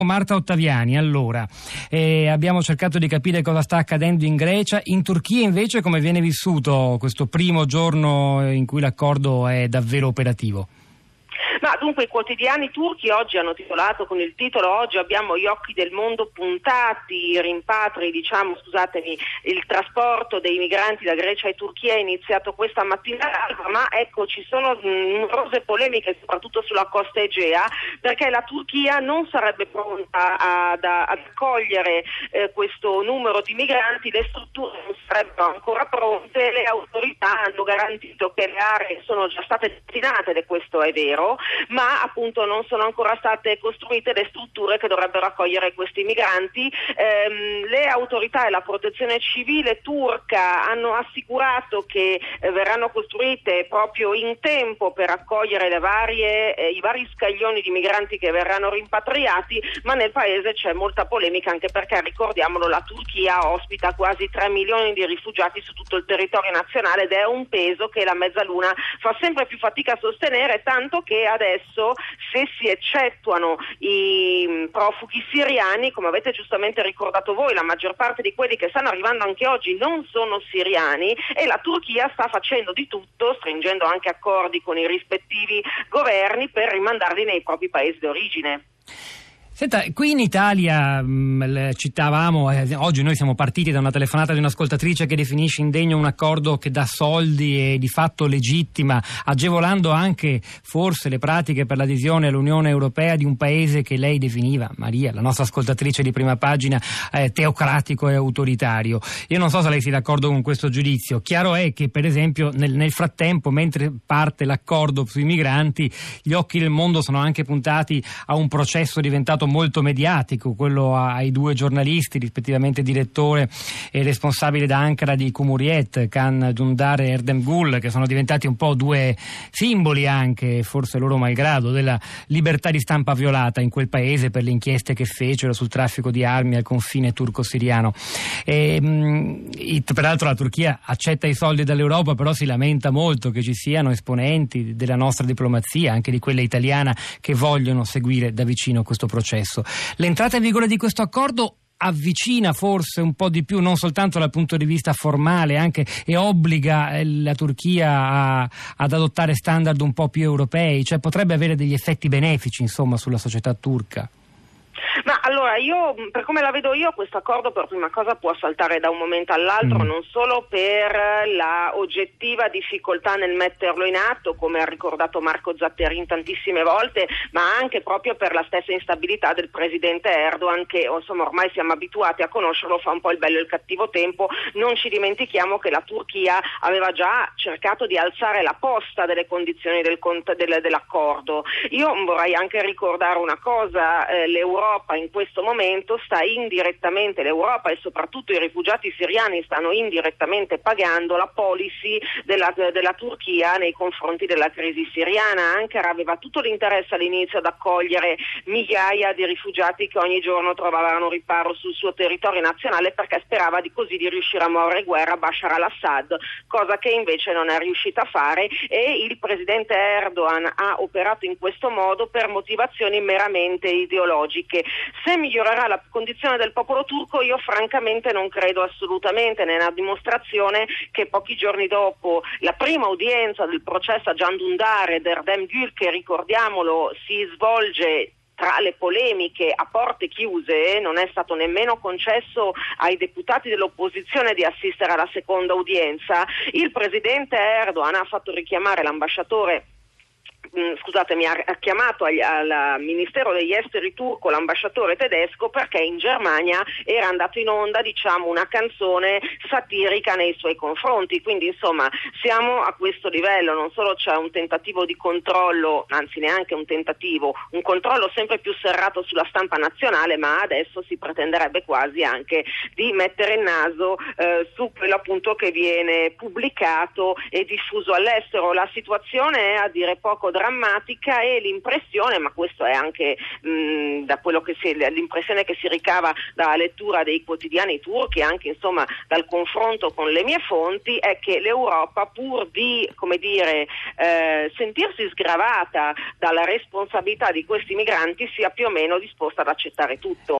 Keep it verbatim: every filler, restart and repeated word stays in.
Marta Ottaviani, allora, eh, abbiamo cercato di capire cosa sta accadendo in Grecia. In Turchia invece come viene vissuto questo primo giorno in cui l'accordo è davvero operativo? Ma dunque i quotidiani turchi oggi hanno titolato con il titolo "Oggi abbiamo gli occhi del mondo puntati, i rimpatri, diciamo, scusatemi, il trasporto dei migranti da Grecia e Turchia è iniziato questa mattina all'alba", ma ecco ci sono numerose polemiche soprattutto sulla costa Egea, perché la Turchia non sarebbe pronta ad, ad accogliere eh, questo numero di migranti, le strutture non sarebbero ancora pronte, le autorità hanno garantito che le aree sono già state destinate, e questo è vero, ma appunto non sono ancora state costruite le strutture che dovrebbero accogliere questi migranti. Ehm, le autorità e la protezione civile turca hanno assicurato che eh, verranno costruite proprio in tempo per accogliere le varie, eh, i vari scaglioni di migranti che verranno rimpatriati, ma nel paese c'è molta polemica anche perché, ricordiamolo, la Turchia ospita quasi tre milioni di rifugiati su tutto il territorio nazionale ed è un peso che la Mezzaluna fa sempre più fatica a sostenere, tanto che adesso, se si eccettuano i profughi siriani, come avete giustamente ricordato voi, la maggior parte di quelli che stanno arrivando anche oggi non sono siriani e la Turchia sta facendo di tutto, stringendo anche accordi con i rispettivi governi per rimandarli nei propri paesi d'origine. Senta, qui in Italia mh, citavamo, eh, oggi noi siamo partiti da una telefonata di un'ascoltatrice che definisce indegno un accordo che dà soldi e di fatto legittima, agevolando anche forse le pratiche per l'adesione all'Unione Europea di un paese che lei definiva, Maria, la nostra ascoltatrice di prima pagina, eh, teocratico e autoritario. Io non so se lei sia d'accordo con questo giudizio. Chiaro è che per esempio nel, nel frattempo, mentre parte l'accordo sui migranti, gli occhi del mondo sono anche puntati a un processo diventato molto mediatico, quello ai due giornalisti, rispettivamente direttore e responsabile da Ankara di Cumhuriyet, Can Dündar e Erdem Gül, che sono diventati un po' due simboli anche, forse loro malgrado, della libertà di stampa violata in quel paese per le inchieste che fecero sul traffico di armi al confine turco-siriano. E, mh, peraltro la Turchia accetta i soldi dall'Europa, però si lamenta molto che ci siano esponenti della nostra diplomazia, anche di quella italiana, che vogliono seguire da vicino questo processo. L'entrata in vigore di questo accordo avvicina forse un po' di più, non soltanto dal punto di vista formale, anche, e obbliga la Turchia a, ad adottare standard un po' più europei, cioè potrebbe avere degli effetti benefici insomma sulla società turca. Ma allora io, per come la vedo io, questo accordo per prima cosa può saltare da un momento all'altro, mm. non solo per la oggettiva difficoltà nel metterlo in atto, come ha ricordato Marco Zatterin tantissime volte, ma anche proprio per la stessa instabilità del presidente Erdogan, che insomma ormai siamo abituati a conoscerlo, fa un po' il bello e il cattivo tempo. Non ci dimentichiamo che la Turchia aveva già cercato di alzare la posta delle condizioni del, del, dell'accordo. Io vorrei anche ricordare una cosa, eh, l'Europa in questo momento sta indirettamente, l'Europa e soprattutto i rifugiati siriani stanno indirettamente pagando la policy della, della Turchia nei confronti della crisi siriana. Ankara aveva tutto l'interesse all'inizio ad accogliere migliaia di rifugiati che ogni giorno trovavano riparo sul suo territorio nazionale, perché sperava di così di riuscire a muovere guerra a Bashar al-Assad, cosa che invece non è riuscita a fare, e il presidente Erdogan ha operato in questo modo per motivazioni meramente ideologiche. Se migliorerà la condizione del popolo turco, io francamente non credo assolutamente. Ne è una dimostrazione che pochi giorni dopo la prima udienza del processo a Can Dündar ed Erdem Gül, che ricordiamolo si svolge tra le polemiche a porte chiuse, non è stato nemmeno concesso ai deputati dell'opposizione di assistere alla seconda udienza, il presidente Erdogan ha fatto richiamare l'ambasciatore scusatemi, ha chiamato agli, al Ministero degli Esteri turco l'ambasciatore tedesco, perché in Germania era andato in onda, diciamo, una canzone satirica nei suoi confronti. Quindi insomma siamo a questo livello, non solo c'è un tentativo di controllo, anzi neanche un tentativo, un controllo sempre più serrato sulla stampa nazionale, ma adesso si pretenderebbe quasi anche di mettere il naso eh, su quello appunto che viene pubblicato e diffuso all'estero. La situazione è a dire poco drammatica. drammatica, e l'impressione, ma questo è anche mh, da quello che si, l'impressione che si ricava dalla lettura dei quotidiani turchi, anche insomma dal confronto con le mie fonti, è che l'Europa, pur di, come dire, eh, sentirsi sgravata dalla responsabilità di questi migranti, sia più o meno disposta ad accettare tutto.